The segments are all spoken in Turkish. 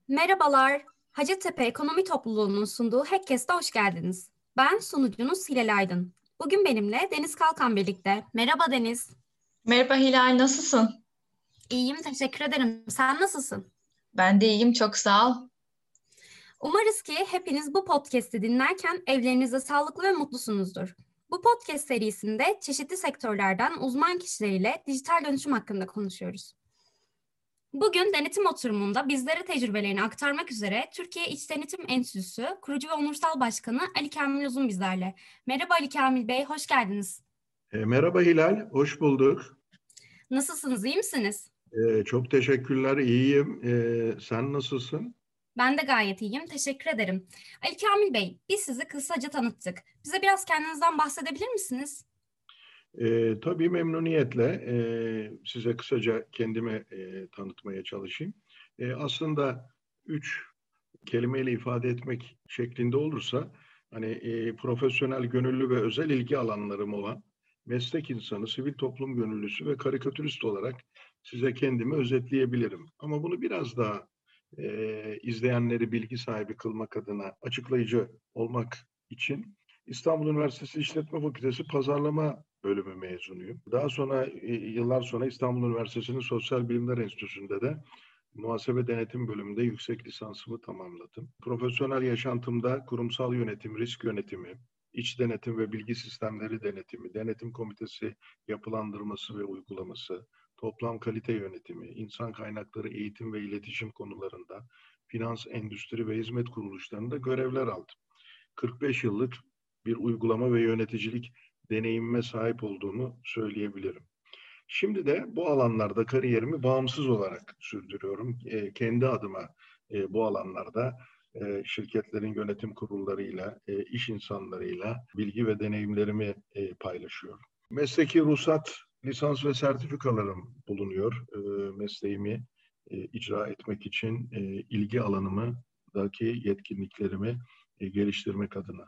Merhabalar, Hacettepe Ekonomi Topluluğu'nun sunduğu Hackcast'a hoş geldiniz. Ben sunucunuz Hilal Aydın. Bugün benimle Deniz Kalkan birlikte. Merhaba Deniz. Merhaba Hilal, nasılsın? İyiyim, teşekkür ederim. Sen nasılsın? Ben de iyiyim, çok sağ ol. Umarız ki hepiniz bu podcast'i dinlerken evlerinizde sağlıklı ve mutlusunuzdur. Bu podcast serisinde çeşitli sektörlerden uzman kişileriyle dijital dönüşüm hakkında konuşuyoruz. Bugün denetim oturumunda bizlere tecrübelerini aktarmak üzere Türkiye İç Denetim Enstitüsü kurucu ve onursal başkanı Ali Kamil Uzun bizlerle. Merhaba Ali Kamil Bey, hoş geldiniz. Merhaba Hilal, hoş bulduk. Nasılsınız, iyi misiniz? Çok teşekkürler, iyiyim. Sen nasılsın? Ben de gayet iyiyim, teşekkür ederim. Ali Kamil Bey, biz sizi kısaca tanıttık. Bize biraz kendinizden bahsedebilir misiniz? Tabii memnuniyetle size kısaca kendimi tanıtmaya çalışayım. Aslında üç kelimeyle ifade etmek şeklinde olursa, hani profesyonel, gönüllü ve özel ilgi alanlarım olan meslek insanı, sivil toplum gönüllüsü ve karikatürist olarak size kendimi özetleyebilirim. Ama bunu biraz daha izleyenleri bilgi sahibi kılmak adına açıklayıcı olmak için İstanbul Üniversitesi İşletme Fakültesi Pazarlama Bölümü mezunuyum. Daha sonra yıllar sonra İstanbul Üniversitesi'nin Sosyal Bilimler Enstitüsü'nde de Muhasebe Denetim Bölümünde yüksek lisansımı tamamladım. Profesyonel yaşantımda kurumsal yönetim, risk yönetimi, iç denetim ve bilgi sistemleri denetimi, denetim komitesi yapılandırması ve uygulaması, toplam kalite yönetimi, insan kaynakları eğitim ve iletişim konularında finans, endüstri ve hizmet kuruluşlarında görevler aldım. 45 yıllık bir uygulama ve yöneticilik deneyimime sahip olduğumu söyleyebilirim. Şimdi de bu alanlarda kariyerimi bağımsız olarak sürdürüyorum. Kendi adıma bu alanlarda şirketlerin yönetim kurullarıyla, iş insanlarıyla bilgi ve deneyimlerimi paylaşıyorum. Mesleki ruhsat, lisans ve sertifikalarım bulunuyor. Mesleğimi icra etmek için ilgi alanımdaki yetkinliklerimi geliştirmek adına.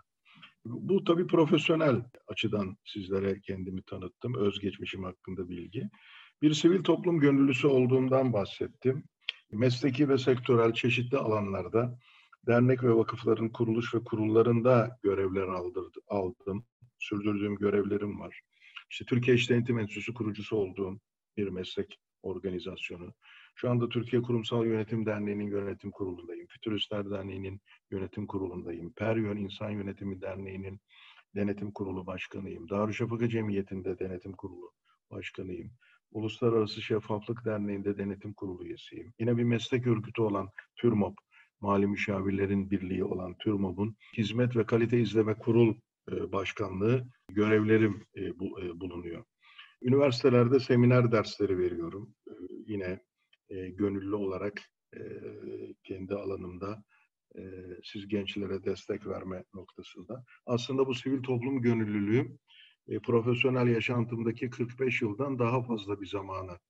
Bu tabii profesyonel açıdan sizlere kendimi tanıttım. Özgeçmişim hakkında bilgi. Bir sivil toplum gönüllüsü olduğumdan bahsettim. Mesleki ve sektörel çeşitli alanlarda dernek ve vakıfların kuruluş ve kurullarında görevler aldım. Sürdürdüğüm görevlerim var. İşte Türkiye İş Denetim Enstitüsü kurucusu olduğum bir meslek organizasyonu. Şu anda Türkiye Kurumsal Yönetim Derneği'nin yönetim kurulundayım. Fütüristler Derneği'nin yönetim kurulundayım. Peryön İnsan Yönetimi Derneği'nin denetim kurulu başkanıyım. Darüşşafaka Cemiyeti'nde denetim kurulu başkanıyım. Uluslararası Şeffaflık Derneği'nde denetim kurulu üyesiyim. Yine bir meslek örgütü olan TÜRMOB, Mali Müşavirlerin Birliği olan TÜRMOB'un Hizmet ve Kalite İzleme Kurul Başkanlığı görevlerim bulunuyor. Üniversitelerde seminer dersleri veriyorum. Yine gönüllü olarak e, kendi alanımda e, siz gençlere destek verme noktasında. Aslında bu sivil toplum gönüllülüğü profesyonel yaşantımdaki 45 yıldan daha fazla bir zamanı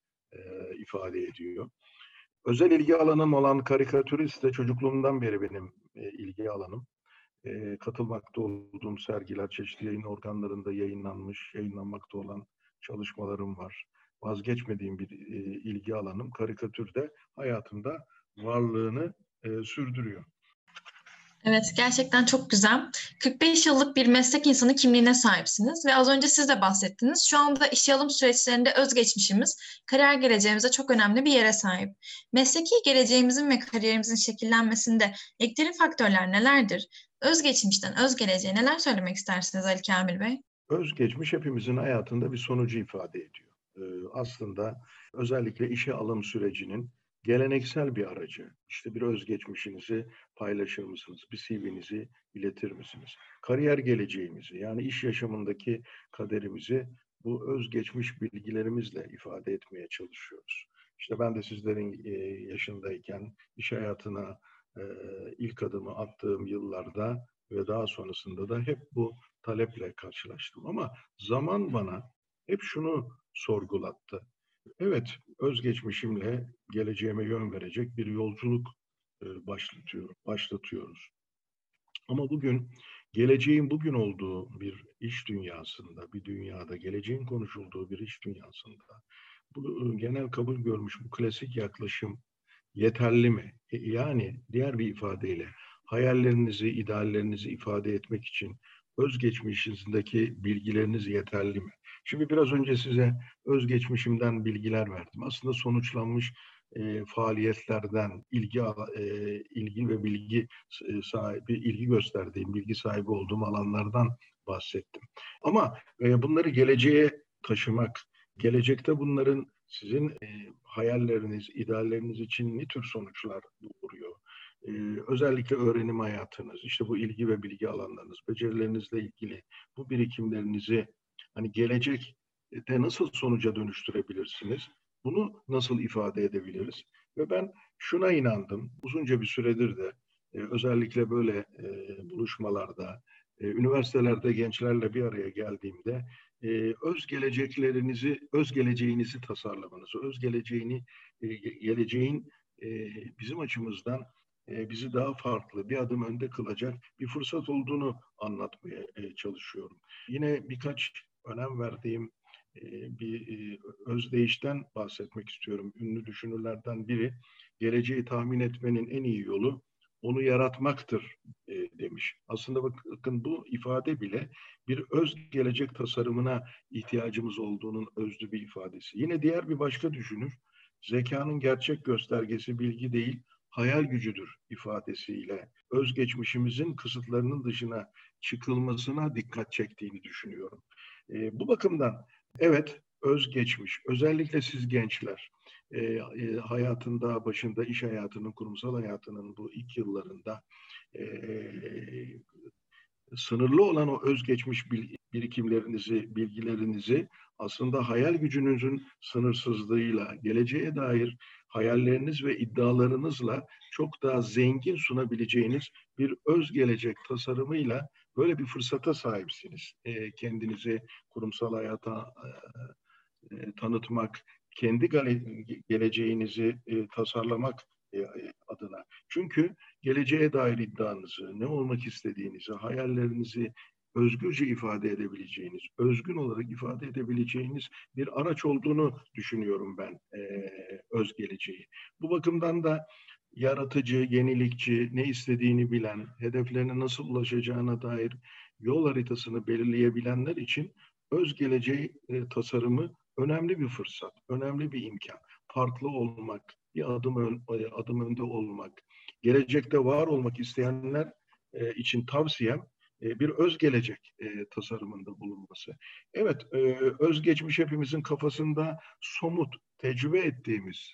ifade ediyor. Özel ilgi alanım olan karikatürist de çocukluğumdan beri benim ilgi alanım. Katılmakta olduğum sergiler, çeşitli yayın organlarında yayınlanmış, yayınlanmakta olan çalışmalarım var. Vazgeçmediğim bir ilgi alanım. Karikatürde hayatımda varlığını sürdürüyor. Evet, gerçekten çok güzel. 45 yıllık bir meslek insanı kimliğine sahipsiniz ve az önce siz de bahsettiniz. Şu anda işe alım süreçlerinde özgeçmişimiz, kariyer geleceğimize çok önemli bir yere sahip. Mesleki geleceğimizin ve kariyerimizin şekillenmesinde etkili faktörler nelerdir? Özgeçmişten öz geleceğe neler söylemek istersiniz Ali Kamil Bey? Özgeçmiş hepimizin hayatında bir sonucu ifade ediyor. Aslında özellikle işe alım sürecinin geleneksel bir aracı. İşte bir özgeçmişinizi paylaşır mısınız? Bir CV'nizi iletir misiniz? Kariyer geleceğimizi, yani iş yaşamındaki kaderimizi bu özgeçmiş bilgilerimizle ifade etmeye çalışıyoruz. İşte ben de sizlerin yaşındayken iş hayatına e, ilk adımı attığım yıllarda ve daha sonrasında da hep bu taleple karşılaştım. Ama zaman bana hep şunu sorgulattı. Evet, özgeçmişimle geleceğime yön verecek bir yolculuk başlatıyoruz. Ama bugün, geleceğin bugün olduğu bir iş dünyasında, bir dünyada, geleceğin konuşulduğu bir iş dünyasında, bu genel kabul görmüş bu klasik yaklaşım, yeterli mi? Yani diğer bir ifadeyle hayallerinizi, ideallerinizi ifade etmek için özgeçmişinizdeki bilgileriniz yeterli mi? Şimdi biraz önce size özgeçmişimden bilgiler verdim. Aslında sonuçlanmış faaliyetlerden ilgi ve bilgi sahibi, ilgi gösterdiğim, bilgi sahibi olduğum alanlardan bahsettim. Ama bunları geleceğe taşımak, gelecekte bunların sizin hayalleriniz, idealleriniz için ne tür sonuçlar doğuruyor? Özellikle öğrenim hayatınız, işte bu ilgi ve bilgi alanlarınız, becerilerinizle ilgili bu birikimlerinizi hani gelecekte nasıl sonuca dönüştürebilirsiniz? Bunu nasıl ifade edebiliriz? Ve ben şuna inandım, uzunca bir süredir de özellikle böyle buluşmalarda, üniversitelerde gençlerle bir araya geldiğimde öz geleceğinizi tasarlamanızı, geleceğin bizim açımızdan bizi daha farklı, bir adım önde kılacak bir fırsat olduğunu anlatmaya çalışıyorum. Yine birkaç önem verdiğim özdeyişten bahsetmek istiyorum. Ünlü düşünürlerden biri, geleceği tahmin etmenin en iyi yolu onu yaratmaktır demiş. Aslında bakın bu ifade bile bir öz gelecek tasarımına ihtiyacımız olduğunun özlü bir ifadesi. Yine diğer bir başka düşünür, zekanın gerçek göstergesi bilgi değil, hayal gücüdür ifadesiyle özgeçmişimizin kısıtlarının dışına çıkılmasına dikkat çektiğini düşünüyorum. Bu bakımdan evet, özgeçmiş, özellikle siz gençler, hayatında, başında, iş hayatının, kurumsal hayatının bu ilk yıllarında e, sınırlı olan o özgeçmiş birikimlerinizi, bilgilerinizi aslında hayal gücünüzün sınırsızlığıyla, geleceğe dair hayalleriniz ve iddialarınızla çok daha zengin sunabileceğiniz bir öz gelecek tasarımıyla böyle bir fırsata sahipsiniz. Kendinizi kurumsal hayata tanıtmak, kendi geleceğinizi tasarlamak adına. Çünkü geleceğe dair iddianızı, ne olmak istediğinizi, hayallerinizi özgürce ifade edebileceğiniz, özgün olarak ifade edebileceğiniz bir araç olduğunu düşünüyorum ben öz geleceği. Bu bakımdan da yaratıcı, yenilikçi, ne istediğini bilen, hedeflerine nasıl ulaşacağına dair yol haritasını belirleyebilenler için öz geleceği tasarımı önemli bir fırsat, önemli bir imkan. Farklı olmak, bir adım önde olmak, gelecekte var olmak isteyenler için tavsiyem bir öz gelecek tasarımında bulunması. Evet, özgeçmiş hepimizin kafasında somut, tecrübe ettiğimiz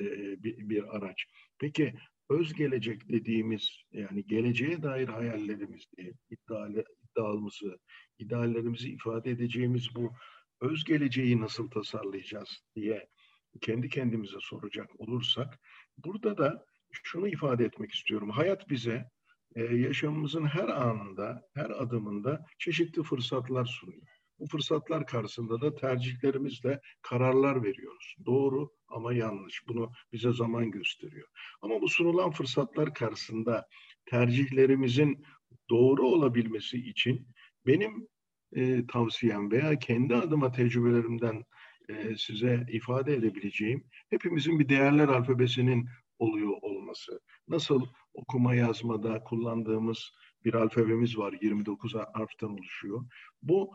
bir araç. Peki öz gelecek dediğimiz, yani geleceğe dair hayallerimizi, iddiamızı, ideallerimizi ifade edeceğimiz bu öz geleceği nasıl tasarlayacağız diye kendi kendimize soracak olursak, burada da şunu ifade etmek istiyorum. Hayat bize yaşamımızın her anında, her adımında çeşitli fırsatlar sunuyor. Bu fırsatlar karşısında da tercihlerimizle kararlar veriyoruz. Doğru ama yanlış. Bunu bize zaman gösteriyor. Ama bu sunulan fırsatlar karşısında tercihlerimizin doğru olabilmesi için benim tavsiyem veya kendi adıma tecrübelerimden size ifade edebileceğim, hepimizin bir değerler alfabesinin oluyor olması. Nasıl okuma yazmada kullandığımız bir alfabemiz var, 29 harften oluşuyor. Bu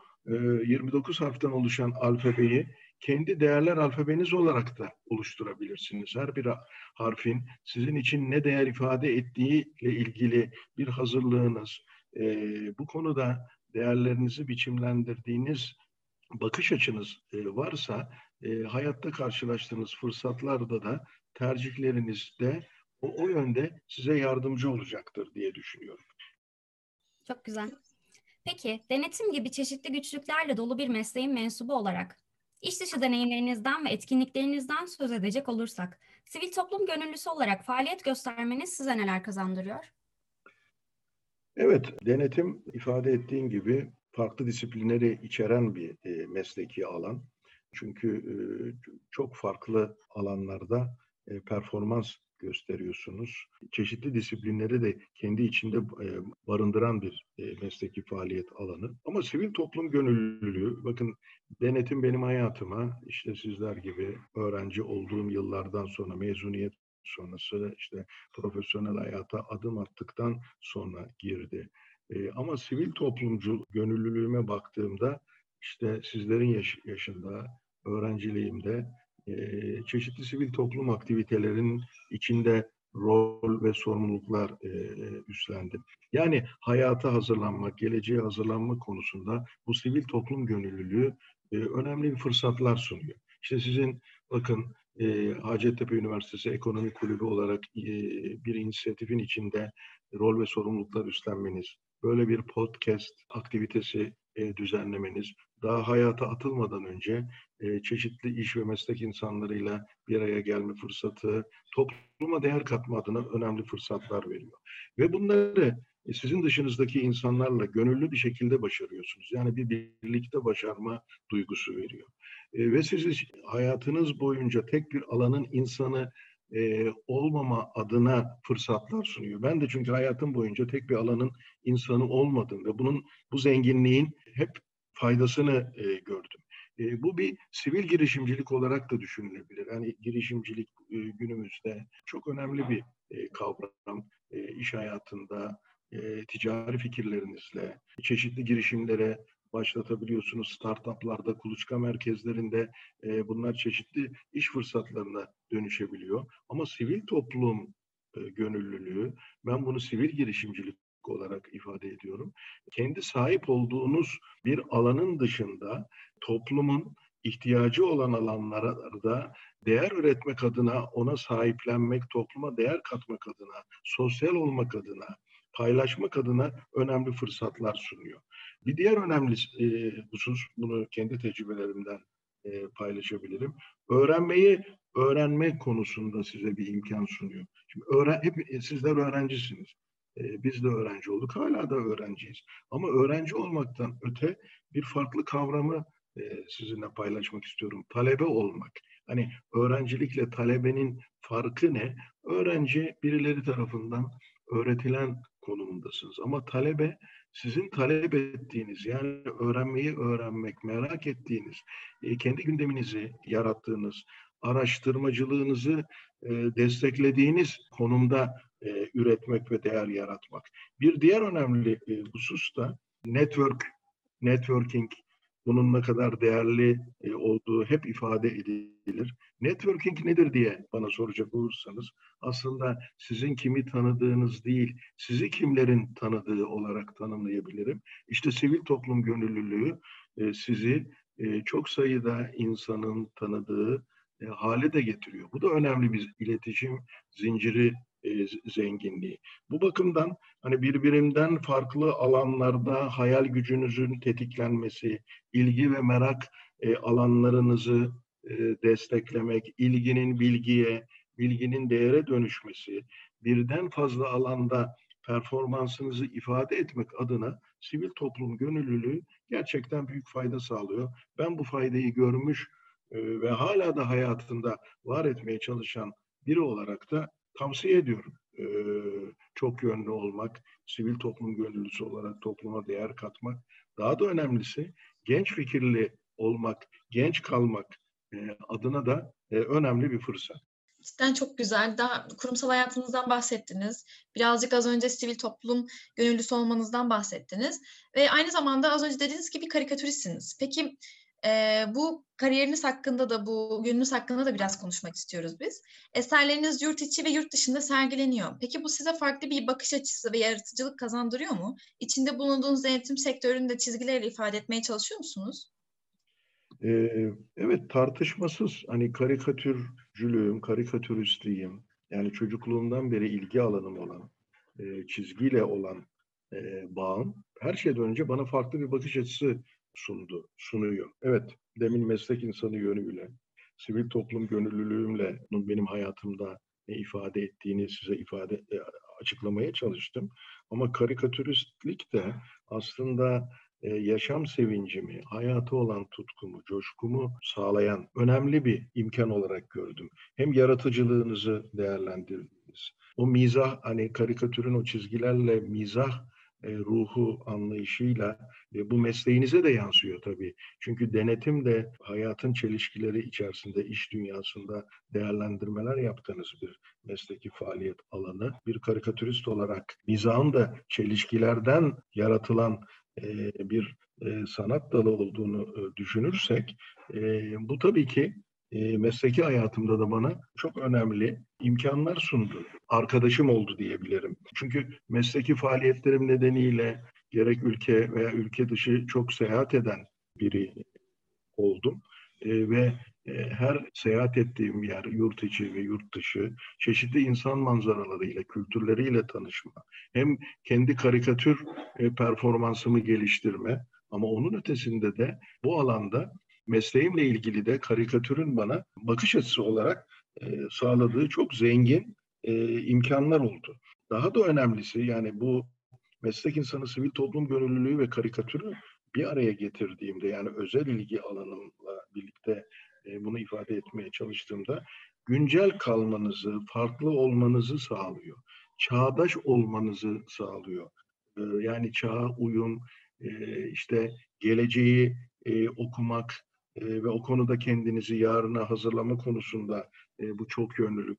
29 harften oluşan alfabeyi kendi değerler alfabeniz olarak da oluşturabilirsiniz. Her bir harfin sizin için ne değer ifade ettiği ile ilgili bir hazırlığınız, bu konuda değerlerinizi biçimlendirdiğiniz bakış açınız varsa hayatta karşılaştığınız fırsatlarda da tercihlerinizde o yönde size yardımcı olacaktır diye düşünüyorum. Çok güzel. Peki, denetim gibi çeşitli güçlüklerle dolu bir mesleğin mensubu olarak, iş dışı deneyimlerinizden ve etkinliklerinizden söz edecek olursak, sivil toplum gönüllüsü olarak faaliyet göstermeniz size neler kazandırıyor? Evet, denetim ifade ettiğin gibi farklı disiplinleri içeren bir mesleki alan. Çünkü çok farklı alanlarda performans gösteriyorsunuz. Çeşitli disiplinleri de kendi içinde barındıran bir mesleki faaliyet alanı. Ama sivil toplum gönüllülüğü, bakın denetim benim hayatıma işte sizler gibi öğrenci olduğum yıllardan sonra, mezuniyet sonrası, işte profesyonel hayata adım attıktan sonra girdi. Ama sivil toplumcu gönüllülüğüme baktığımda işte sizlerin yaşında, öğrenciliğimde çeşitli sivil toplum aktivitelerinin içinde rol ve sorumluluklar üstlendim. Yani hayata hazırlanmak, geleceğe hazırlanmak konusunda bu sivil toplum gönüllülüğü önemli bir fırsatlar sunuyor. İşte sizin bakın Hacettepe Üniversitesi Ekonomi Kulübü olarak bir inisiyatifin içinde rol ve sorumluluklar üstlenmeniz, böyle bir podcast aktivitesi düzenlemeniz, daha hayata atılmadan önce çeşitli iş ve meslek insanlarıyla bir araya gelme fırsatı, topluma değer katma adına önemli fırsatlar veriyor. Ve bunları sizin dışınızdaki insanlarla gönüllü bir şekilde başarıyorsunuz. Yani bir birlikte başarma duygusu veriyor. Ve sizi hayatınız boyunca tek bir alanın insanı olmama adına fırsatlar sunuyor. Ben de çünkü hayatım boyunca tek bir alanın insanı olmadım ve bu zenginliğin hep faydasını gördüm. Bu bir sivil girişimcilik olarak da düşünülebilir. Yani girişimcilik günümüzde çok önemli bir kavram. İş hayatında ticari fikirlerinizle çeşitli girişimlere başlatabiliyorsunuz. Startuplarda, kuluçka merkezlerinde bunlar çeşitli iş fırsatlarına dönüşebiliyor. Ama sivil toplum gönüllülüğü, ben bunu sivil girişimcilik olarak ifade ediyorum. Kendi sahip olduğunuz bir alanın dışında toplumun ihtiyacı olan alanlarda değer üretmek adına, ona sahiplenmek, topluma değer katmak adına, sosyal olmak adına, paylaşmak adına önemli fırsatlar sunuyor. Bir diğer önemli husus, bunu kendi tecrübelerimden paylaşabilirim. Öğrenme konusunda size bir imkan sunuyor. Şimdi sizler öğrencisiniz. Biz de öğrenci olduk, hala da öğrenciyiz. Ama öğrenci olmaktan öte bir farklı kavramı sizinle paylaşmak istiyorum. Talebe olmak. Hani öğrencilikle talebenin farkı ne? Öğrenci birileri tarafından öğretilen konumundasınız. Ama talebe sizin talep ettiğiniz, yani öğrenmeyi öğrenmek, merak ettiğiniz, kendi gündeminizi yarattığınız, araştırmacılığınızı desteklediğiniz konumda üretmek ve değer yaratmak. Bir diğer önemli husus da networking. Bunun ne kadar değerli olduğu hep ifade edilir. Networking nedir diye bana soracak olursanız, aslında sizin kimi tanıdığınız değil, sizi kimlerin tanıdığı olarak tanımlayabilirim. İşte sivil toplum gönüllülüğü sizi çok sayıda insanın tanıdığı hale de getiriyor. Bu da önemli bir iletişim zinciri zenginliği. Bu bakımdan hani birbirinden farklı alanlarda hayal gücünüzün tetiklenmesi, ilgi ve merak alanlarınızı desteklemek, ilginin bilgiye, bilginin değere dönüşmesi, birden fazla alanda performansınızı ifade etmek adına sivil toplum gönüllülüğü gerçekten büyük fayda sağlıyor. Ben bu faydayı görmüş ve hala da hayatında var etmeye çalışan biri olarak da tavsiye ediyorum. Çok yönlü olmak, sivil toplum gönüllüsü olarak topluma değer katmak, daha da önemlisi genç fikirli olmak, genç kalmak adına da önemli bir fırsat. Cidden çok güzel. Daha kurumsal hayatınızdan bahsettiniz. Birazcık az önce sivil toplum gönüllüsü olmanızdan bahsettiniz. Ve aynı zamanda az önce dediğiniz gibi karikatüristsiniz. Peki bu kariyeriniz hakkında da, bu gününüz hakkında da biraz konuşmak istiyoruz biz. Eserleriniz yurt içi ve yurt dışında sergileniyor. Peki bu size farklı bir bakış açısı ve yaratıcılık kazandırıyor mu? İçinde bulunduğunuz denetim sektöründe çizgilerle ifade etmeye çalışıyor musunuz? Evet, tartışmasız hani karikatürcülüğüm, karikatüristliğim, yani çocukluğumdan beri ilgi alanım olan, çizgiyle olan bağım her şeyden önce bana farklı bir bakış açısı sunuyor. Evet, demin meslek insanı yönüyle, sivil toplum gönüllülüğümle bunun benim hayatımda ne ifade ettiğini size açıklamaya çalıştım. Ama karikatüristlik de aslında yaşam sevincimi, hayata olan tutkumu, coşkumu sağlayan önemli bir imkan olarak gördüm. Hem yaratıcılığınızı değerlendirdiniz. O mizah, hani karikatürün o çizgilerle mizah ruhu anlayışıyla bu mesleğinize de yansıyor tabii. Çünkü denetim de hayatın çelişkileri içerisinde, iş dünyasında değerlendirmeler yaptığınız bir mesleki faaliyet alanı. Bir karikatürist olarak mizahın da çelişkilerden yaratılan bir sanat dalı olduğunu düşünürsek, bu tabii ki mesleki hayatımda da bana çok önemli imkanlar sundu. Arkadaşım oldu diyebilirim. Çünkü mesleki faaliyetlerim nedeniyle gerek ülke veya ülke dışı çok seyahat eden biri oldum. Ve her seyahat ettiğim yer, yurt içi ve yurt dışı, çeşitli insan manzaralarıyla, kültürleriyle tanışma, hem kendi karikatür performansımı geliştirme, ama onun ötesinde de bu alanda mesleğimle ilgili de karikatürün bana bakış açısı olarak sağladığı çok zengin imkanlar oldu. Daha da önemlisi, yani bu meslek insanı sivil toplum gönüllülüğü ve karikatürü bir araya getirdiğimde, yani özel ilgi alanımla birlikte bunu ifade etmeye çalıştığımda, güncel kalmanızı, farklı olmanızı sağlıyor. Çağdaş olmanızı sağlıyor. Yani çağa uyum, işte geleceği okumak ve o konuda kendinizi yarına hazırlama konusunda bu çok yönlülük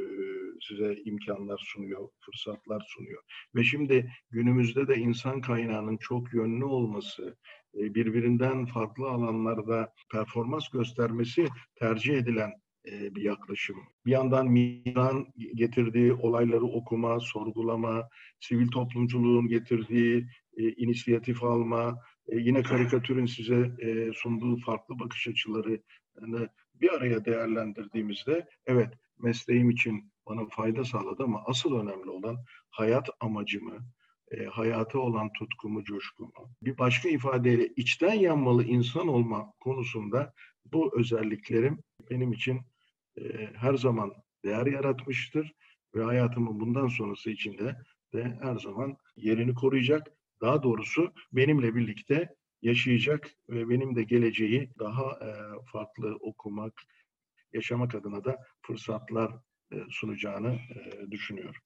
size imkanlar sunuyor, fırsatlar sunuyor. Ve şimdi günümüzde de insan kaynağının çok yönlü olması, birbirinden farklı alanlarda performans göstermesi tercih edilen bir yaklaşım. Bir yandan mizahın getirdiği olayları okuma, sorgulama, sivil toplumculuğun getirdiği inisiyatif alma, yine karikatürün size sunduğu farklı bakış açıları bir araya değerlendirdiğimizde, evet, mesleğim için bana fayda sağladı, ama asıl önemli olan hayat amacımı, hayata olan tutkumu, coşkumu, bir başka ifadeyle içten yanmalı insan olma konusunda bu özelliklerim benim için her zaman değer yaratmıştır ve hayatımın bundan sonrası için de her zaman yerini koruyacak. Daha doğrusu benimle birlikte yaşayacak ve benim de geleceği daha farklı okumak, yaşamak adına da fırsatlar sunacağını düşünüyorum.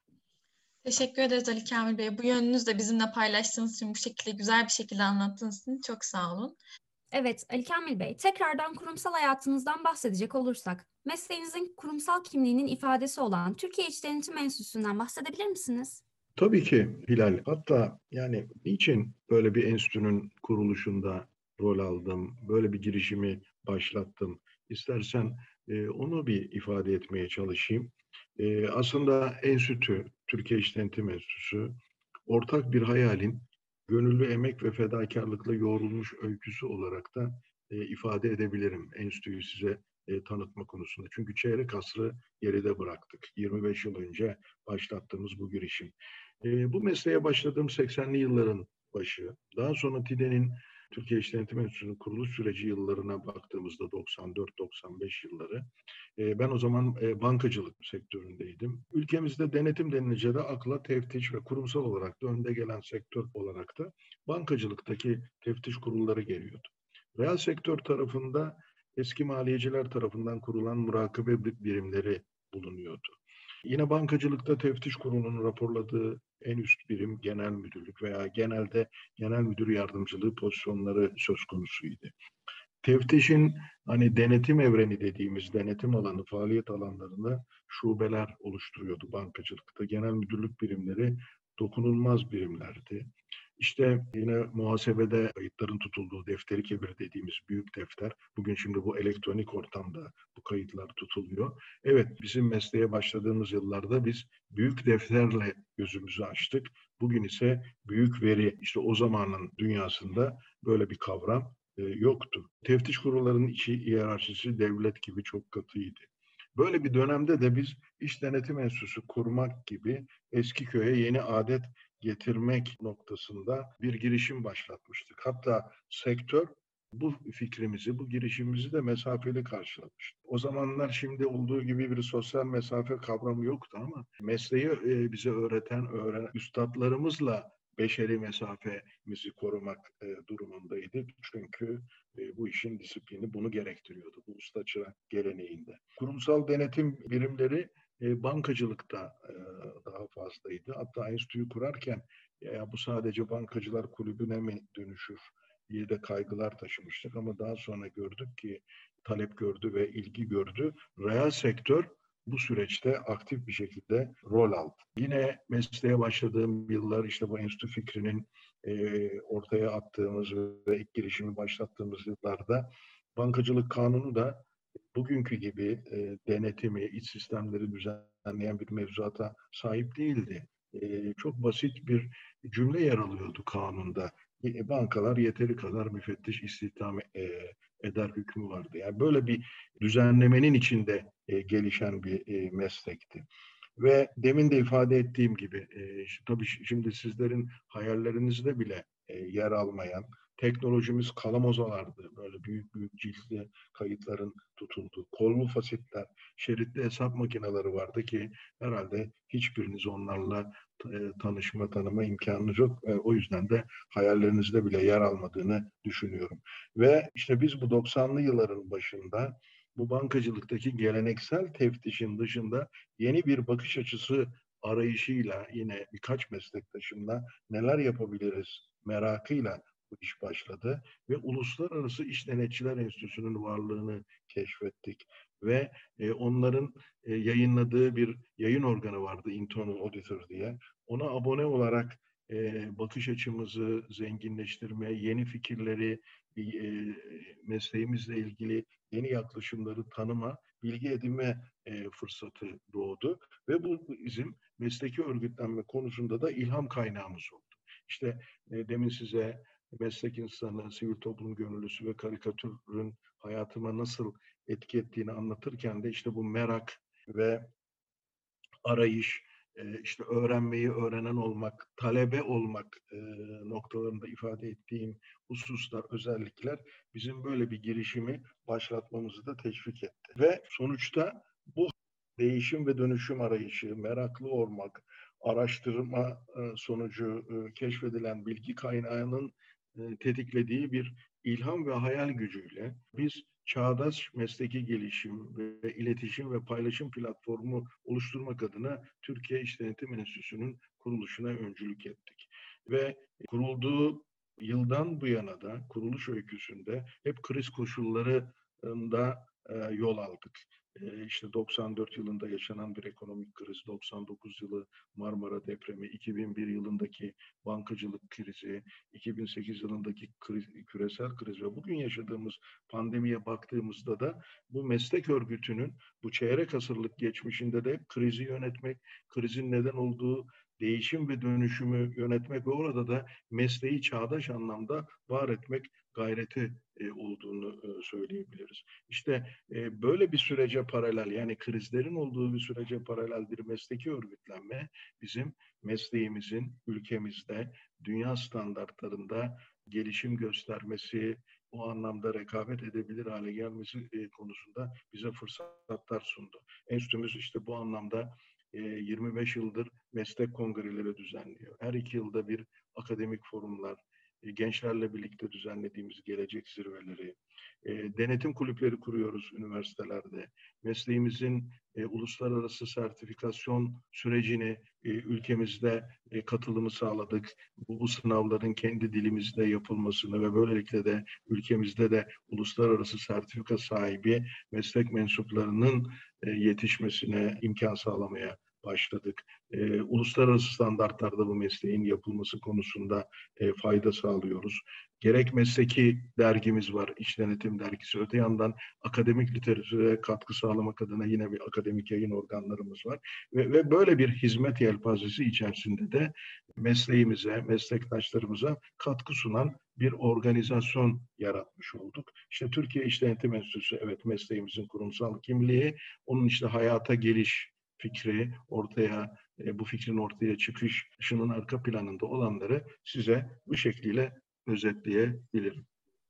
Teşekkür ederiz Ali Kamil Bey. Bu yönünüzü de bizimle paylaştığınız için, bu şekilde güzel bir şekilde anlattığınız için çok sağ olun. Evet, Ali Kamil Bey, tekrardan kurumsal hayatınızdan bahsedecek olursak, mesleğinizin kurumsal kimliğinin ifadesi olan Türkiye İş Denetim Enstitüsü'nden bahsedebilir misiniz? Tabii ki Hilal. Hatta yani niçin böyle bir enstitünün kuruluşunda rol aldım, böyle bir girişimi başlattım? İstersen onu bir ifade etmeye çalışayım. Aslında enstitü, Türkiye İş Denetim Enstitüsü, ortak bir hayalin gönüllü emek ve fedakarlıkla yoğrulmuş öyküsü olarak da ifade edebilirim enstitüyü size tanıtma konusunda. Çünkü çeyrek asrı geride bıraktık. 25 yıl önce başlattığımız bu girişim. Bu mesleğe başladığım 80'li yılların başı. Daha sonra TİDE'nin, Türkiye İş Denetim Enstitüsü'nün kuruluş süreci yıllarına baktığımızda 94-95 yılları. Ben o zaman bankacılık sektöründeydim. Ülkemizde denetim denilince de akla teftiş ve kurumsal olarak da önde gelen sektör olarak da bankacılıktaki teftiş kurulları geliyordu. Reel sektör tarafında eski maliyeciler tarafından kurulan murakabe birimleri bulunuyordu. Yine bankacılıkta teftiş kurulunun raporladığı en üst birim genel müdürlük veya genelde genel müdür yardımcılığı pozisyonları söz konusuydu. Teftişin hani denetim evreni dediğimiz denetim alanı, faaliyet alanlarında şubeler oluşturuyordu bankacılıkta. Genel müdürlük birimleri dokunulmaz birimlerdi. İşte yine muhasebede kayıtların tutulduğu defteri kebir dediğimiz büyük defter. Bugün şimdi bu elektronik ortamda bu kayıtlar tutuluyor. Evet, bizim mesleğe başladığımız yıllarda biz büyük defterle gözümüzü açtık. Bugün ise büyük veri, işte o zamanın dünyasında böyle bir kavram yoktu. Teftiş kurullarının içi hiyerarşisi devlet gibi çok katıydı. Böyle bir dönemde de biz İş Denetim Enstitüsü kurmak gibi eski köye yeni adet getirmek noktasında bir girişim başlatmıştık. Hatta sektör bu fikrimizi, bu girişimimizi de mesafeli karşılamış. O zamanlar şimdi olduğu gibi bir sosyal mesafe kavramı yoktu, ama mesleği bize öğreten üstadlarımızla beşeri mesafemizi korumak durumundaydık. Çünkü bu işin disiplini bunu gerektiriyordu, bu usta çırak geleneğinde. Kurumsal denetim birimleri bankacılıkta daha fazlaydı. Hatta enstitüyü kurarken ya bu sadece bankacılar kulübüne mi dönüşür diye de kaygılar taşımıştık. Ama daha sonra gördük ki talep gördü ve ilgi gördü. Reel sektör bu süreçte aktif bir şekilde rol aldı. Yine mesleğe başladığım yıllar işte bu enstitü fikrinin ortaya attığımız ve ilk girişimi başlattığımız yıllarda bankacılık kanunu da bugünkü gibi denetimi, iç sistemleri düzenleyen bir mevzuata sahip değildi. Çok basit bir cümle yer alıyordu kanunda. Bankalar yeteri kadar müfettiş istihdam eder hükmü vardı. Yani böyle bir düzenlemenin içinde gelişen bir meslekti. Ve demin de ifade ettiğim gibi tabii şimdi sizlerin hayallerinizde bile yer almayan teknolojimiz kalamozalardı. Böyle büyük büyük ciltli kayıtların tutulduğu, kollu fasitler, şeritli hesap makineleri vardı ki herhalde hiçbiriniz onlarla tanıma imkanınız yok. O yüzden de hayallerinizde bile yer almadığını düşünüyorum. Ve işte biz bu 90'lı yılların başında bu bankacılıktaki geleneksel teftişin dışında yeni bir bakış açısı arayışıyla yine birkaç meslektaşımla neler yapabiliriz merakıyla bu iş başladı ve Uluslararası İş Denetçiler Enstitüsü'nün varlığını keşfettik ve onların yayınladığı bir yayın organı vardı, Internal Auditor diye. Ona abone olarak bakış açımızı zenginleştirmeye, yeni fikirleri, mesleğimizle ilgili yeni yaklaşımları tanıma, bilgi edinme fırsatı doğdu ve bu bizim mesleki örgütlenme konusunda da ilham kaynağımız oldu. İşte demin size meslek insanı, sivil toplum gönüllüsü ve karikatürün hayatıma nasıl etki ettiğini anlatırken de işte bu merak ve arayış, işte öğrenmeyi öğrenen olmak, talebe olmak noktalarında ifade ettiğim hususlar, özellikler bizim böyle bir girişimi başlatmamızı da teşvik etti. Ve sonuçta bu değişim ve dönüşüm arayışı, meraklı olmak, araştırma sonucu keşfedilen bilgi kaynağının tetiklediği bir ilham ve hayal gücüyle biz çağdaş mesleki gelişim ve iletişim ve paylaşım platformu oluşturmak adına Türkiye İş Denetim Enstitüsü'nün kuruluşuna öncülük ettik. Ve kurulduğu yıldan bu yana da kuruluş öyküsünde hep kriz koşullarında yol aldık. İşte 94 yılında yaşanan bir ekonomik kriz, 99 yılı Marmara depremi, 2001 yılındaki bankacılık krizi, 2008 yılındaki küresel kriz ve bugün yaşadığımız pandemiye baktığımızda da bu meslek örgütünün bu çeyrek asırlık geçmişinde de krizi yönetmek, krizin neden olduğu değişim ve dönüşümü yönetmek ve orada da mesleği çağdaş anlamda var etmek gayreti olduğunu söyleyebiliriz. İşte böyle bir sürece paralel, yani krizlerin olduğu bir sürece paralel bir mesleki örgütlenme bizim mesleğimizin ülkemizde dünya standartlarında gelişim göstermesi, o anlamda rekabet edebilir hale gelmesi konusunda bize fırsatlar sundu. Enstitümüz işte bu anlamda 25 yıldır meslek kongreleri düzenliyor. Her 2 yılda bir akademik forumlar, gençlerle birlikte düzenlediğimiz gelecek zirveleri, denetim kulüpleri kuruyoruz üniversitelerde. Mesleğimizin uluslararası sertifikasyon sürecini ülkemizde katılımı sağladık. Bu sınavların kendi dilimizde yapılmasını ve böylelikle de ülkemizde de uluslararası sertifika sahibi meslek mensuplarının yetişmesine imkan sağlamaya başladık. Uluslararası standartlarda bu mesleğin yapılması konusunda fayda sağlıyoruz. Gerek mesleki dergimiz var, İş Denetim Dergisi. Öte yandan akademik literatüre katkı sağlamak adına yine bir akademik yayın organlarımız var. Ve böyle bir hizmet yelpazesi içerisinde de mesleğimize, meslektaşlarımıza katkı sunan bir organizasyon yaratmış olduk. İşte Türkiye İş Denetim Enstitüsü, evet, mesleğimizin kurumsal kimliği, onun işte hayata geliş fikri, bu fikrin ortaya çıkışının arka planında olanları size bu şekliyle özetleyebilirim.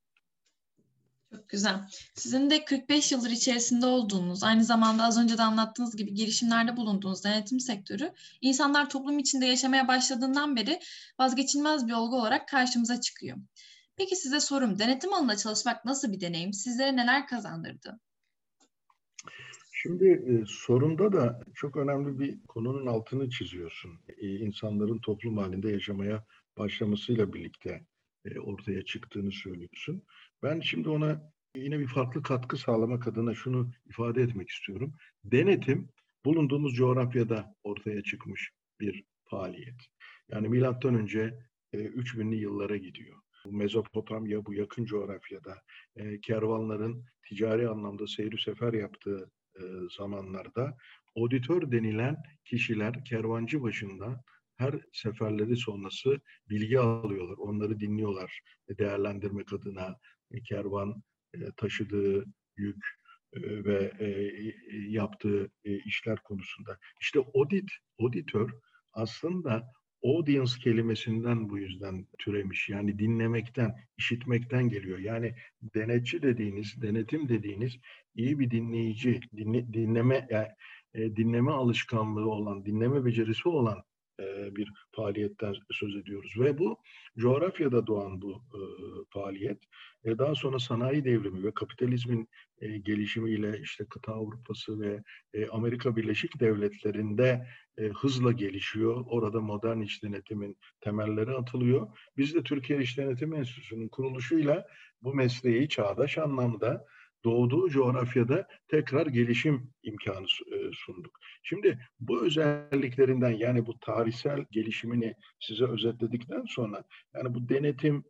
Çok güzel. Sizin de 45 yıldır içerisinde olduğunuz, aynı zamanda az önce de anlattığınız gibi girişimlerde bulunduğunuz denetim sektörü, insanlar toplum içinde yaşamaya başladığından beri vazgeçilmez bir olgu olarak karşımıza çıkıyor. Peki size sorum, denetim alanında çalışmak nasıl bir deneyim? Sizlere neler kazandırdı? Şimdi sorunda da çok önemli bir konunun altını çiziyorsun. İnsanların toplum halinde yaşamaya başlamasıyla birlikte ortaya çıktığını söylüyorsun. Ben şimdi ona yine bir farklı katkı sağlamak adına şunu ifade etmek istiyorum. Denetim bulunduğumuz coğrafyada ortaya çıkmış bir faaliyet. Yani milattan önce 3000'li yıllara gidiyor. Bu Mezopotamya, bu yakın coğrafyada kervanların ticari anlamda seyri sefer yaptığı zamanlarda auditör denilen kişiler kervancı başında her seferleri sonrası bilgi alıyorlar. Onları dinliyorlar değerlendirmek adına kervan taşıdığı yük ve yaptığı işler konusunda. İşte auditör aslında audience kelimesinden bu yüzden türemiş. Yani dinlemekten, işitmekten geliyor. Yani denetçi dediğiniz, denetim dediğiniz iyi bir dinleyici, dinleme alışkanlığı olan, dinleme becerisi olan bir faaliyetten söz ediyoruz. Ve bu coğrafyada doğan bu faaliyet daha sonra sanayi devrimi ve kapitalizmin gelişimiyle işte kıta Avrupası ve Amerika Birleşik Devletleri'nde hızla gelişiyor. Orada modern iş denetimin temelleri atılıyor. Biz de Türkiye İş Denetimi Enstitüsü'nün kuruluşuyla bu mesleği çağdaş anlamda doğduğu coğrafyada tekrar gelişim imkanı sunduk. Şimdi bu özelliklerinden yani bu tarihsel gelişimini size özetledikten sonra yani bu denetim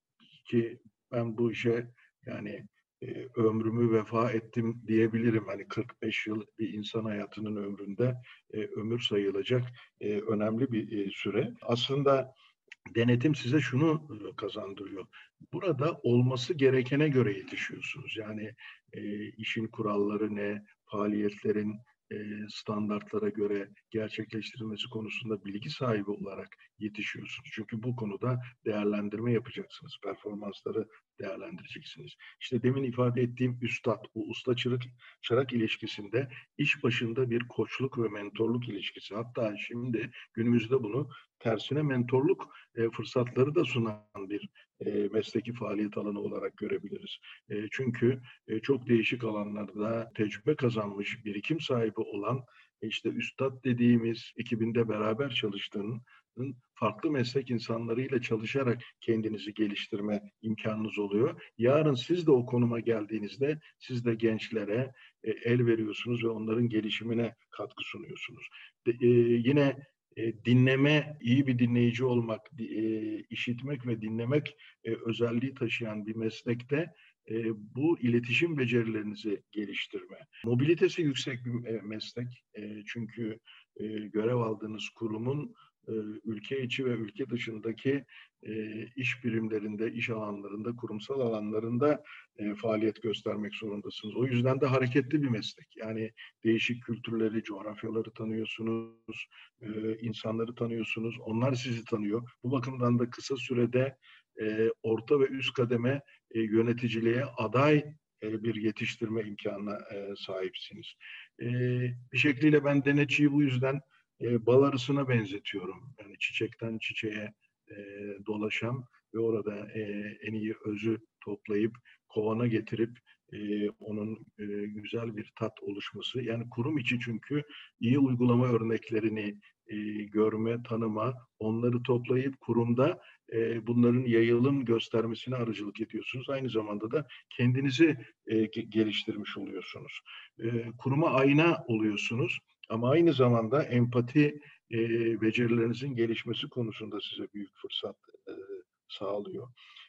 ki ben bu işe yani ömrümü vefa ettim diyebilirim. Hani 45 yıl bir insan hayatının ömründe ömür sayılacak önemli bir süre. Aslında denetim size şunu kazandırıyor. Burada olması gerekene göre yetişiyorsunuz. Yani işin kuralları ne, faaliyetlerin standartlara göre gerçekleştirilmesi konusunda bilgi sahibi olarak yetişiyorsunuz. Çünkü bu konuda değerlendirme yapacaksınız. Performansları değerlendireceksiniz. İşte demin ifade ettiğim üstad, bu usta-çırak ilişkisinde iş başında bir koçluk ve mentorluk ilişkisi. Hatta şimdi günümüzde bunu tersine mentorluk fırsatları da sunan bir mesleki faaliyet alanı olarak görebiliriz. Çünkü çok değişik alanlarda tecrübe kazanmış, birikim sahibi olan işte üstad dediğimiz ekibinde beraber çalıştığının farklı meslek insanlarıyla çalışarak kendinizi geliştirme imkanınız oluyor. Yarın siz de o konuma geldiğinizde siz de gençlere el veriyorsunuz ve onların gelişimine katkı sunuyorsunuz. Yine dinleme, iyi bir dinleyici olmak, işitmek ve dinlemek özelliği taşıyan bir meslekte bu iletişim becerilerinizi geliştirme. Mobilitesi yüksek bir meslek. Çünkü görev aldığınız kurumun ülke içi ve ülke dışındaki iş birimlerinde, iş alanlarında, kurumsal alanlarında faaliyet göstermek zorundasınız. O yüzden de hareketli bir meslek. Yani değişik kültürleri, coğrafyaları tanıyorsunuz, insanları tanıyorsunuz, onlar sizi tanıyor. Bu bakımdan da kısa sürede orta ve üst kademe yöneticiliğe aday bir yetiştirme imkanına sahipsiniz. Bir şekliyle ben denetçiyi bu yüzden bal arısına benzetiyorum. Yani çiçekten çiçeğe dolaşan ve orada en iyi özü toplayıp kovana getirip onun güzel bir tat oluşması. Yani kurum içi çünkü iyi uygulama örneklerini görme, tanıma, onları toplayıp kurumda bunların yayılım göstermesine aracılık ediyorsunuz. Aynı zamanda da kendinizi geliştirmiş oluyorsunuz. Kuruma ayna oluyorsunuz ama aynı zamanda empati becerilerinizin gelişmesi konusunda size büyük fırsat sağlıyor.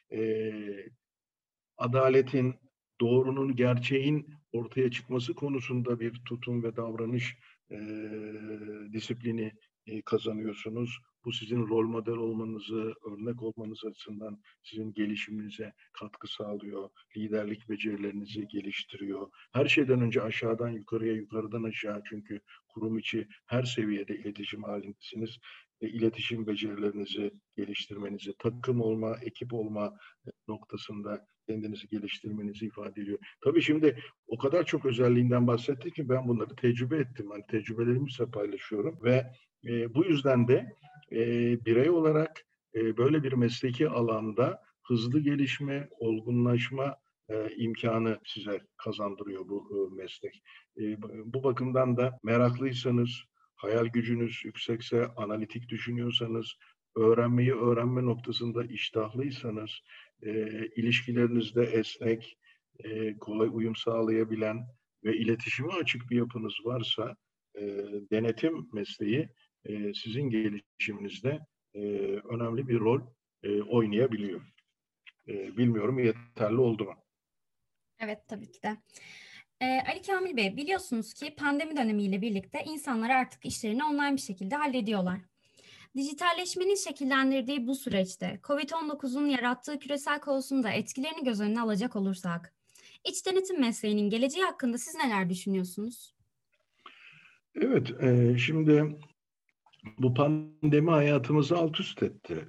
Adaletin, doğrunun, gerçeğin ortaya çıkması konusunda bir tutum ve davranış disiplini kazanıyorsunuz. Bu sizin rol model olmanızı, örnek olmanız açısından sizin gelişiminize katkı sağlıyor. Liderlik becerilerinizi geliştiriyor. Her şeyden önce aşağıdan yukarıya, yukarıdan aşağı çünkü kurum içi her seviyede iletişim halindesiniz. İletişim becerilerinizi geliştirmenizi, takım olma, ekip olma noktasında kendinizi geliştirmenizi ifade ediyor. Tabii şimdi o kadar çok özelliğinden bahsettik ki ben bunları tecrübe ettim. Hani tecrübelerimi size paylaşıyorum ve bu yüzden de birey olarak böyle bir mesleki alanda hızlı gelişme, olgunlaşma imkanı size kazandırıyor bu meslek. Bu bakımdan da meraklıysanız, hayal gücünüz yüksekse, analitik düşünüyorsanız, öğrenme noktasında iştahlıysanız, ilişkilerinizde esnek, kolay uyum sağlayabilen ve iletişime açık bir yapınız varsa, denetim mesleği sizin gelişiminizde önemli bir rol oynayabiliyor. Bilmiyorum yeterli oldu mu? Evet, tabii ki de. Ali Kamil Bey, biliyorsunuz ki pandemi dönemiyle birlikte insanlar artık işlerini online bir şekilde hallediyorlar. Dijitalleşmenin şekillendirdiği bu süreçte COVID-19'un yarattığı küresel kaosun da etkilerini göz önüne alacak olursak, iç denetim mesleğinin geleceği hakkında siz neler düşünüyorsunuz? Evet, şimdi bu pandemi hayatımızı alt üst etti.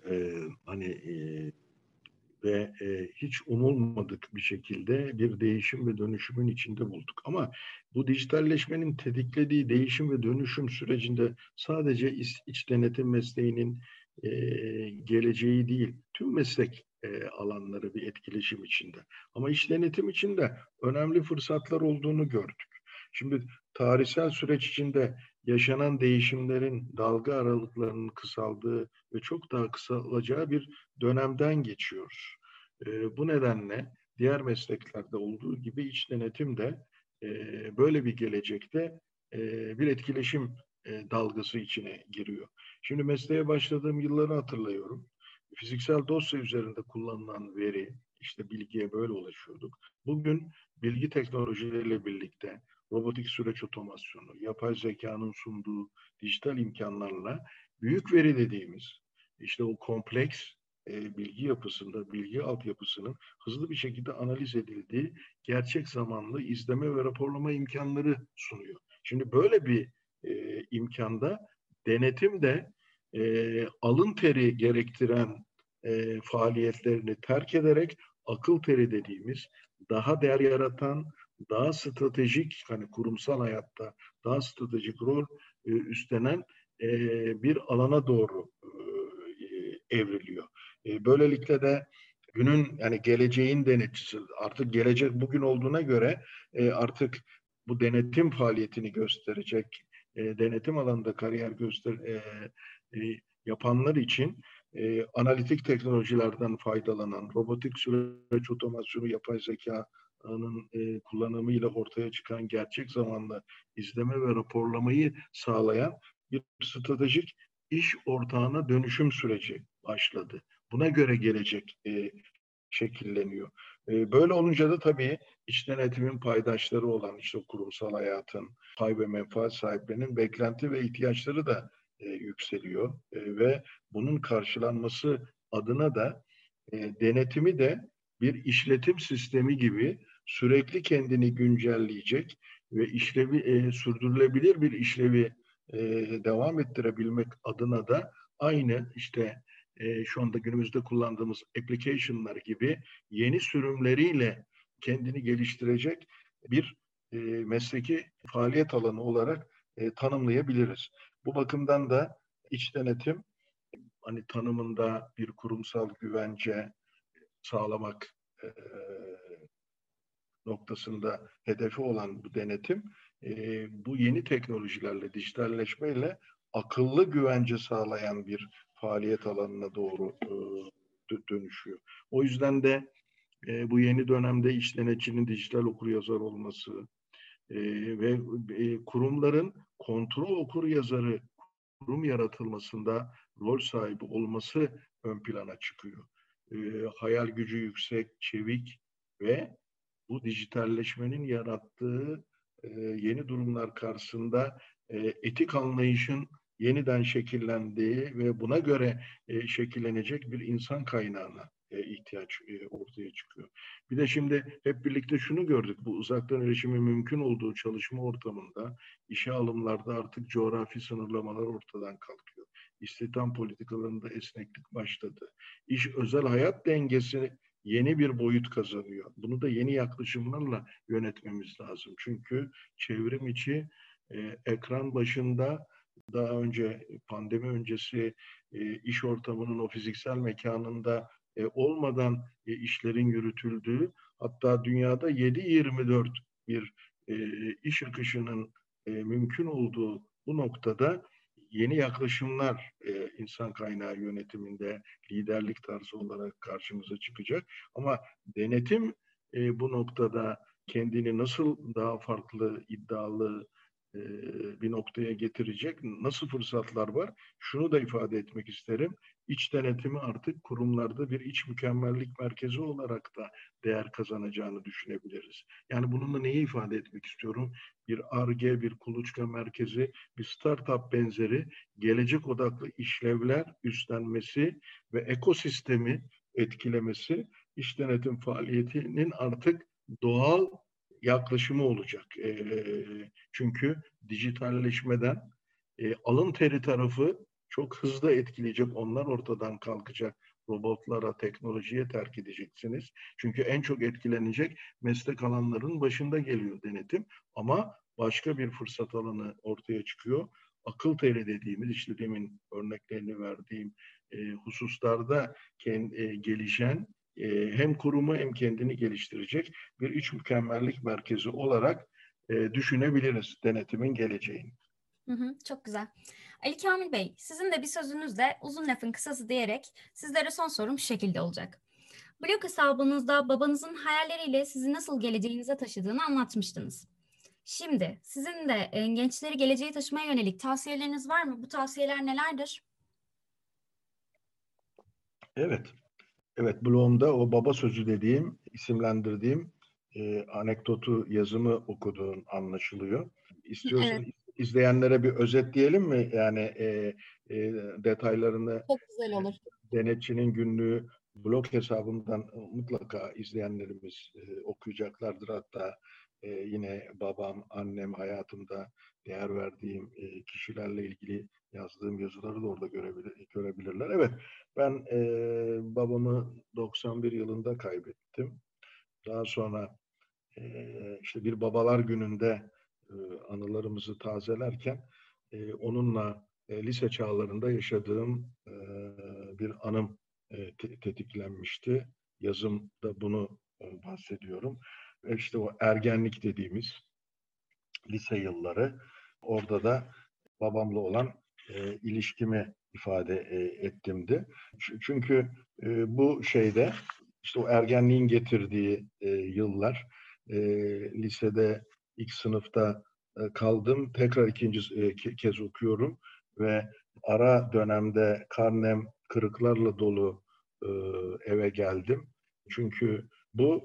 Ve hiç umulmadık bir şekilde bir değişim ve dönüşümün içinde bulduk. Ama bu dijitalleşmenin tetiklediği değişim ve dönüşüm sürecinde sadece iç denetim mesleğinin e, geleceği değil, tüm meslek alanları bir etkileşim içinde. Ama iç denetim içinde önemli fırsatlar olduğunu gördük. Şimdi tarihsel süreç içinde yaşanan değişimlerin dalga aralıklarının kısaldığı ve çok daha kısalacağı bir dönemden geçiyoruz. Bu nedenle diğer mesleklerde olduğu gibi iç denetim de böyle bir gelecekte bir etkileşim dalgası içine giriyor. Şimdi mesleğe başladığım yılları hatırlıyorum. Fiziksel dosya üzerinde kullanılan veri, işte bilgiye böyle ulaşıyorduk. Bugün bilgi teknolojileriyle birlikte robotik süreç otomasyonu, yapay zekanın sunduğu dijital imkanlarla büyük veri dediğimiz işte o kompleks bilgi yapısında, bilgi altyapısının hızlı bir şekilde analiz edildiği gerçek zamanlı izleme ve raporlama imkanları sunuyor. Şimdi böyle bir imkanda denetim de alın teri gerektiren faaliyetlerini terk ederek akıl teri dediğimiz daha değer yaratan, daha stratejik, hani kurumsal hayatta daha stratejik rol üstlenen bir alana doğru evriliyor. Böylelikle de günün yani geleceğin denetçisi artık gelecek bugün olduğuna göre artık bu denetim faaliyetini gösterecek denetim alanında kariyer yapanlar için analitik teknolojilerden faydalanan robotik süreç otomasyonu yapay zekanın kullanımıyla ortaya çıkan gerçek zamanlı izleme ve raporlamayı sağlayan bir stratejik iş ortağına dönüşüm süreci başladı. Buna göre gelecek şekilleniyor. Böyle olunca da tabii iç denetimin paydaşları olan işte kurumsal hayatın, pay ve menfaat sahiplerinin beklenti ve ihtiyaçları da yükseliyor. Ve bunun karşılanması adına da denetimi de bir işletim sistemi gibi sürekli kendini güncelleyecek ve işlevi sürdürülebilir bir işlevi devam ettirebilmek adına da aynı işte şu anda günümüzde kullandığımız application'lar gibi yeni sürümleriyle kendini geliştirecek bir mesleki faaliyet alanı olarak tanımlayabiliriz. Bu bakımdan da iç denetim hani tanımında bir kurumsal güvence sağlamak noktasında hedefi olan bu denetim bu yeni teknolojilerle, dijitalleşmeyle akıllı güvence sağlayan bir faaliyet alanına doğru dönüşüyor. O yüzden de bu yeni dönemde iç denetçinin dijital okuryazar olması ve kurumların kontrol okuryazarı kurum yaratılmasında rol sahibi olması ön plana çıkıyor. Hayal gücü yüksek, çevik ve bu dijitalleşmenin yarattığı yeni durumlar karşısında etik anlayışın yeniden şekillendiği ve buna göre şekillenecek bir insan kaynağına ihtiyaç ortaya çıkıyor. Bir de şimdi hep birlikte şunu gördük. Bu uzaktan erişimin mümkün olduğu çalışma ortamında işe alımlarda artık coğrafi sınırlamalar ortadan kalkıyor. İstihdam politikalarında esneklik başladı. İş özel hayat dengesi yeni bir boyut kazanıyor. Bunu da yeni yaklaşımlarla yönetmemiz lazım. Çünkü çevrim içi ekran başında daha önce pandemi öncesi iş ortamının o fiziksel mekanında olmadan işlerin yürütüldüğü hatta dünyada 7/24 bir iş akışının mümkün olduğu bu noktada yeni yaklaşımlar insan kaynağı yönetiminde liderlik tarzı olarak karşımıza çıkacak. Ama denetim bu noktada kendini nasıl daha farklı, iddialı bir noktaya getirecek, nasıl fırsatlar var? Şunu da ifade etmek isterim. İç denetimi artık kurumlarda bir iç mükemmellik merkezi olarak da değer kazanacağını düşünebiliriz. Yani bununla neyi ifade etmek istiyorum? Bir Ar-Ge, bir kuluçka merkezi, bir startup benzeri gelecek odaklı işlevler üstlenmesi ve ekosistemi etkilemesi iç denetim faaliyetinin artık doğal yaklaşımı olacak. Çünkü dijitalleşmeden alın teri tarafı çok hızlı etkileyecek. Onlar ortadan kalkacak. Robotlara, teknolojiye terk edeceksiniz. Çünkü en çok etkilenecek meslek alanlarının başında geliyor denetim. Ama başka bir fırsat alanı ortaya çıkıyor. Akıl teri dediğimiz, işte demin örneklerini verdiğim hususlarda gelişen, hem kurumu hem kendini geliştirecek bir iç mükemmellik merkezi olarak düşünebiliriz denetimin geleceğini. Hı hı, çok güzel. Ali Kamil Bey, sizin de bir sözünüzle uzun lafın kısası diyerek sizlere son sorum şu şekilde olacak. Blog hesabınızda babanızın hayalleriyle sizi nasıl geleceğinize taşıdığını anlatmıştınız. Şimdi sizin de gençleri geleceğe taşımaya yönelik tavsiyeleriniz var mı? Bu tavsiyeler nelerdir? Evet, evet, blogumda o baba sözü dediğim, isimlendirdiğim anekdotu, yazımı okuduğun anlaşılıyor. Evet, İstiyorsan izleyenlere bir özetleyelim mi? Yani detaylarını çok güzel olur. denetçinin günlüğü blog hesabından mutlaka izleyenlerimiz okuyacaklardır. Hatta yine babam, annem, hayatımda değer verdiğim kişilerle ilgili yazdığım yazıları da orada görebilirler. Evet, ben babamı 91 yılında kaybettim. Daha sonra işte bir babalar gününde anılarımızı tazelerken onunla lise çağlarında yaşadığım bir anım tetiklenmişti. Yazımda bunu bahsediyorum. İşte o ergenlik dediğimiz lise yılları. Orada da babamla olan ilişkimi ifade ettimdi. Çünkü bu şeyde işte o ergenliğin getirdiği yıllar, lisede ilk sınıfta kaldım. Tekrar ikinci kez okuyorum ve ara dönemde karnem kırıklarla dolu e, eve geldim. Çünkü bu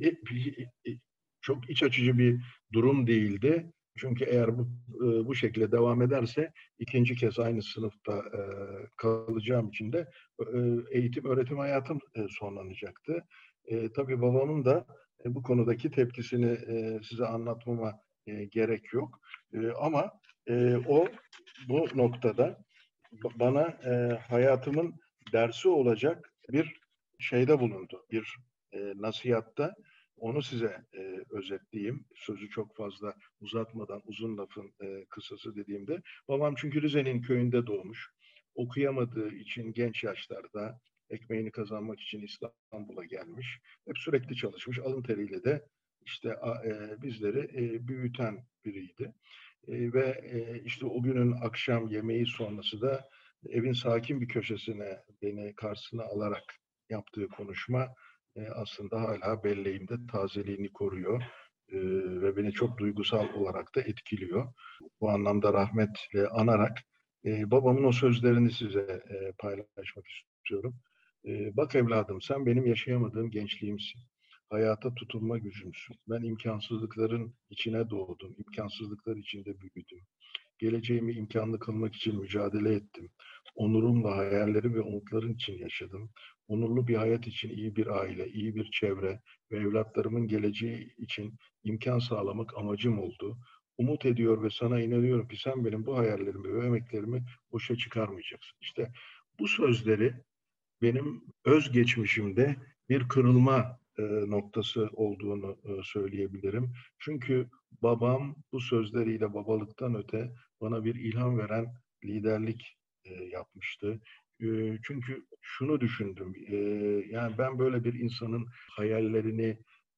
çok iç açıcı bir durum değildi. Çünkü eğer bu şekilde devam ederse ikinci kez aynı sınıfta kalacağım için de eğitim öğretim hayatım sonlanacaktı. Tabii babamın da bu konudaki tepkisini size anlatmama gerek yok. Ama o bu noktada bana hayatımın dersi olacak bir şeyde bulundu. Bir nasihatta. Onu size özetleyeyim. Sözü çok fazla uzatmadan uzun lafın kısası dediğimde. Babam çünkü Rize'nin köyünde doğmuş. Okuyamadığı için genç yaşlarda ekmeğini kazanmak için İstanbul'a gelmiş. Hep sürekli çalışmış. Alın teriyle de işte bizleri büyüten biriydi. İşte o günün akşam yemeği sonrası da evin sakin bir köşesine beni karşısına alarak yaptığı konuşma aslında hala belleğimde tazeliğini koruyor ve beni çok duygusal olarak da etkiliyor. Bu anlamda rahmetle anarak babamın o sözlerini size paylaşmak istiyorum. Bak evladım, sen benim yaşayamadığım gençliğimsin. Hayata tutunma gücümsün. Ben imkansızlıkların içine doğdum. İmkansızlıklar içinde büyüdüm. Geleceğimi imkanlı kılmak için mücadele ettim. Onurumla hayallerim ve umutlarım için yaşadım. Onurlu bir hayat için iyi bir aile, iyi bir çevre ve evlatlarımın geleceği için imkan sağlamak amacım oldu. Umut ediyor ve sana inanıyorum ki sen benim bu hayallerimi ve emeklerimi boşa çıkarmayacaksın. İşte bu sözleri benim özgeçmişimde bir kırılma noktası olduğunu söyleyebilirim. Çünkü babam bu sözleriyle babalıktan öte bana bir ilham veren liderlik yapmıştı. Çünkü şunu düşündüm, yani ben böyle bir insanın hayallerini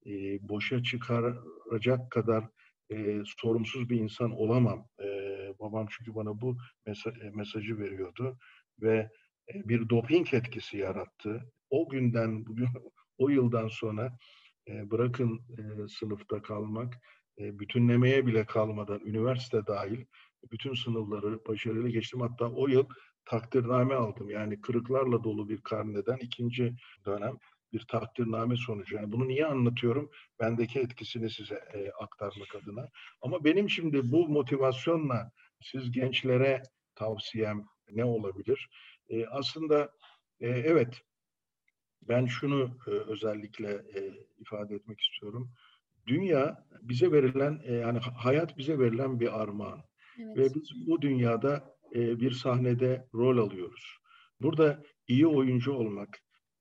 boşa çıkaracak kadar sorumsuz bir insan olamam. Babam çünkü bana bu mesajı veriyordu ve bir doping etkisi yarattı. O günden bugün, o yıldan sonra bırakın sınıfta kalmak, bütünlemeye bile kalmadan, üniversite dahil bütün sınavları başarılı geçtim. Hatta o yıl takdirname aldım. Yani kırıklarla dolu bir karneden ikinci dönem bir takdirname sonucu. Yani bunu niye anlatıyorum? Bendeki etkisini size aktarmak adına. Ama benim şimdi bu motivasyonla siz gençlere tavsiyem ne olabilir? Aslında evet, ben şunu özellikle ifade etmek istiyorum. Dünya bize verilen, yani hayat bize verilen bir armağan. Ve Evet. biz bu dünyada bir sahnede rol alıyoruz. Burada iyi oyuncu olmak,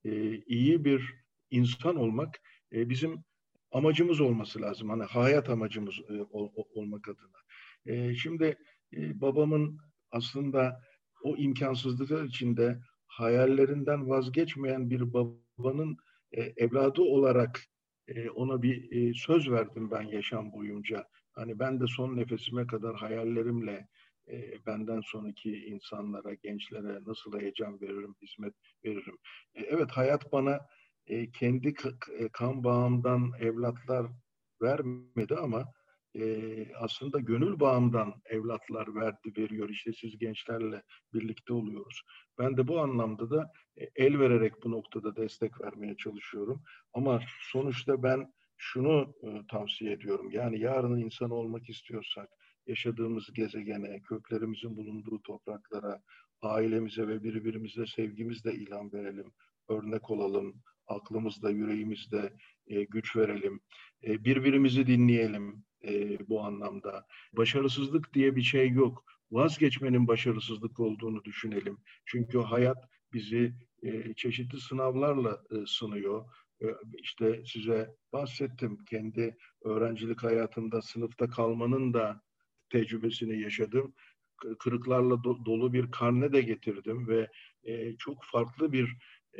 iyi bir insan olmak bizim amacımız olması lazım. Hani hayat amacımız olmak adına. Şimdi babamın aslında o imkansızlıklar içinde hayallerinden vazgeçmeyen bir babanın evladı olarak ona bir söz verdim ben yaşam boyunca. Hani ben de son nefesime kadar hayallerimle benden sonraki insanlara, gençlere nasıl heyecan veririm, hizmet veririm. Evet, hayat bana kendi kan bağımdan evlatlar vermedi ama aslında gönül bağımdan evlatlar verdi, veriyor. İşte siz gençlerle birlikte oluyoruz. Ben de bu anlamda da el vererek bu noktada destek vermeye çalışıyorum. Ama sonuçta ben şunu tavsiye ediyorum. Yani yarının insanı olmak istiyorsak yaşadığımız gezegene, köklerimizin bulunduğu topraklara, ailemize ve birbirimize sevgimizle ilham verelim. Örnek olalım. Aklımızda, yüreğimizde güç verelim. Birbirimizi dinleyelim bu anlamda. Başarısızlık diye bir şey yok. Vazgeçmenin başarısızlık olduğunu düşünelim. Çünkü hayat bizi çeşitli sınavlarla sınıyor. İşte size bahsettim. Kendi öğrencilik hayatımda sınıfta kalmanın da tecrübesini yaşadım. Kırıklarla dolu bir karne de getirdim ve çok farklı bir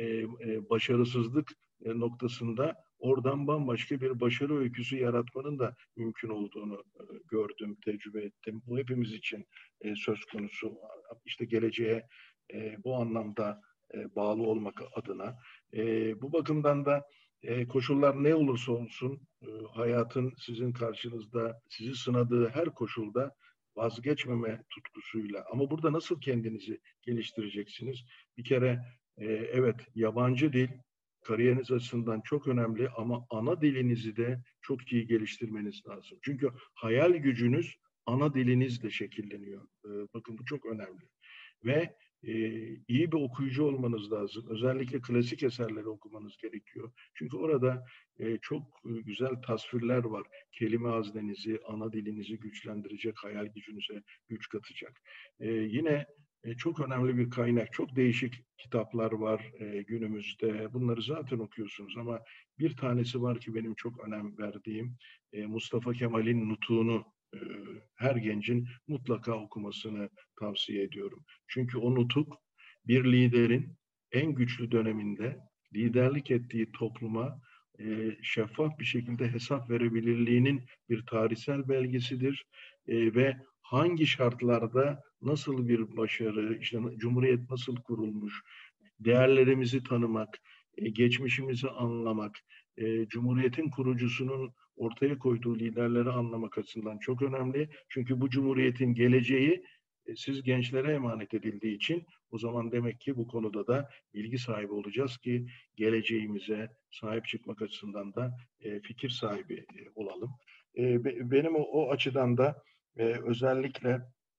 başarısızlık noktasında oradan bambaşka bir başarı öyküsü yaratmanın da mümkün olduğunu gördüm, tecrübe ettim. Bu hepimiz için söz konusu. İşte geleceğe bu anlamda bağlı olmak adına. Bu bakımdan da koşullar ne olursa olsun hayatın sizin karşınızda sizi sınadığı her koşulda vazgeçmeme tutkusuyla. Ama burada nasıl kendinizi geliştireceksiniz? Bir kere evet, yabancı dil kariyeriniz açısından çok önemli ama ana dilinizi de çok iyi geliştirmeniz lazım. Çünkü hayal gücünüz ana dilinizle şekilleniyor. Bakın bu çok önemli. Ve iyi bir okuyucu olmanız lazım. Özellikle klasik eserleri okumanız gerekiyor. Çünkü orada çok güzel tasvirler var. Kelime haznenizi, ana dilinizi güçlendirecek, hayal gücünüze güç katacak. Yine çok önemli bir kaynak. Çok değişik kitaplar var günümüzde. Bunları zaten okuyorsunuz ama bir tanesi var ki benim çok önem verdiğim Mustafa Kemal'in Nutuk'unu her gencin mutlaka okumasını tavsiye ediyorum. Çünkü o nutuk bir liderin en güçlü döneminde liderlik ettiği topluma şeffaf bir şekilde hesap verebilirliğinin bir tarihsel belgesidir ve hangi şartlarda nasıl bir başarı, işte Cumhuriyet nasıl kurulmuş, değerlerimizi tanımak, geçmişimizi anlamak, Cumhuriyet'in kurucusunun ortaya koyduğu liderleri anlamak açısından çok önemli. Çünkü bu Cumhuriyet'in geleceği siz gençlere emanet edildiği için o zaman demek ki bu konuda da bilgi sahibi olacağız ki geleceğimize sahip çıkmak açısından da fikir sahibi olalım. Benim o açıdan da özellikle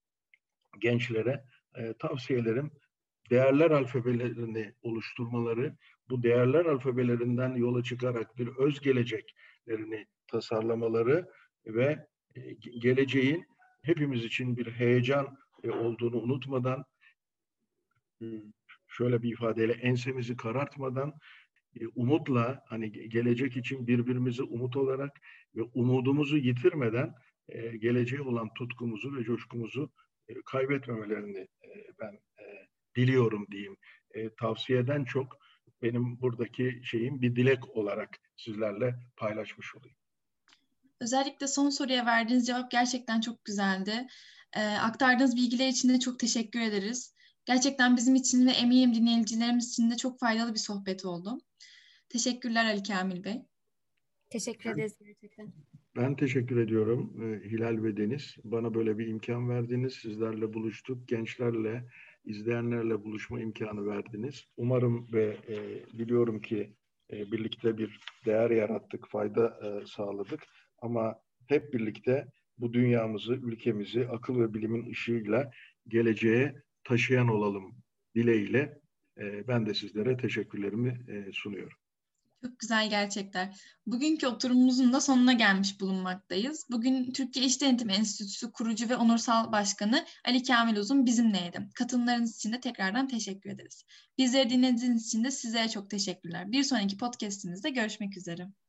gençlere tavsiyelerim değerler alfabelerini oluşturmaları, bu değerler alfabelerinden yola çıkarak bir öz geleceklerini tasarlamaları ve geleceğin hepimiz için bir heyecan olduğunu unutmadan, şöyle bir ifadeyle ensemizi karartmadan, umutla, hani gelecek için birbirimizi umut olarak ve umudumuzu yitirmeden geleceğe olan tutkumuzu ve coşkumuzu kaybetmemelerini ben diliyorum diyeyim. Tavsiyeden çok benim buradaki şeyim bir dilek olarak sizlerle paylaşmış olayım. Özellikle son soruya verdiğiniz cevap gerçekten çok güzeldi. Aktardığınız bilgiler için de çok teşekkür ederiz. Gerçekten bizim için ve eminim dinleyicilerimiz için de çok faydalı bir sohbet oldu. Teşekkürler Ali Kamil Bey. Teşekkür ederiz gerçekten. Ben teşekkür ediyorum Hilal ve Deniz. Bana böyle bir imkan verdiniz. Sizlerle buluştuk. Gençlerle, izleyenlerle buluşma imkanı verdiniz. Umarım ve biliyorum ki birlikte bir değer yarattık, fayda sağladık. Ama hep birlikte bu dünyamızı, ülkemizi akıl ve bilimin ışığıyla geleceğe taşıyan olalım dileğiyle ben de sizlere teşekkürlerimi sunuyorum. Çok güzel gerçekler. Bugünkü oturumumuzun da sonuna gelmiş bulunmaktayız. Bugün Türkiye İş Denetimi Enstitüsü kurucu ve onursal başkanı Ali Kamil Uzun bizimleydi. Katılımlarınız için de tekrardan teşekkür ederiz. Bizleri dinlediğiniz için de sizlere çok teşekkürler. Bir sonraki podcastimizde görüşmek üzere.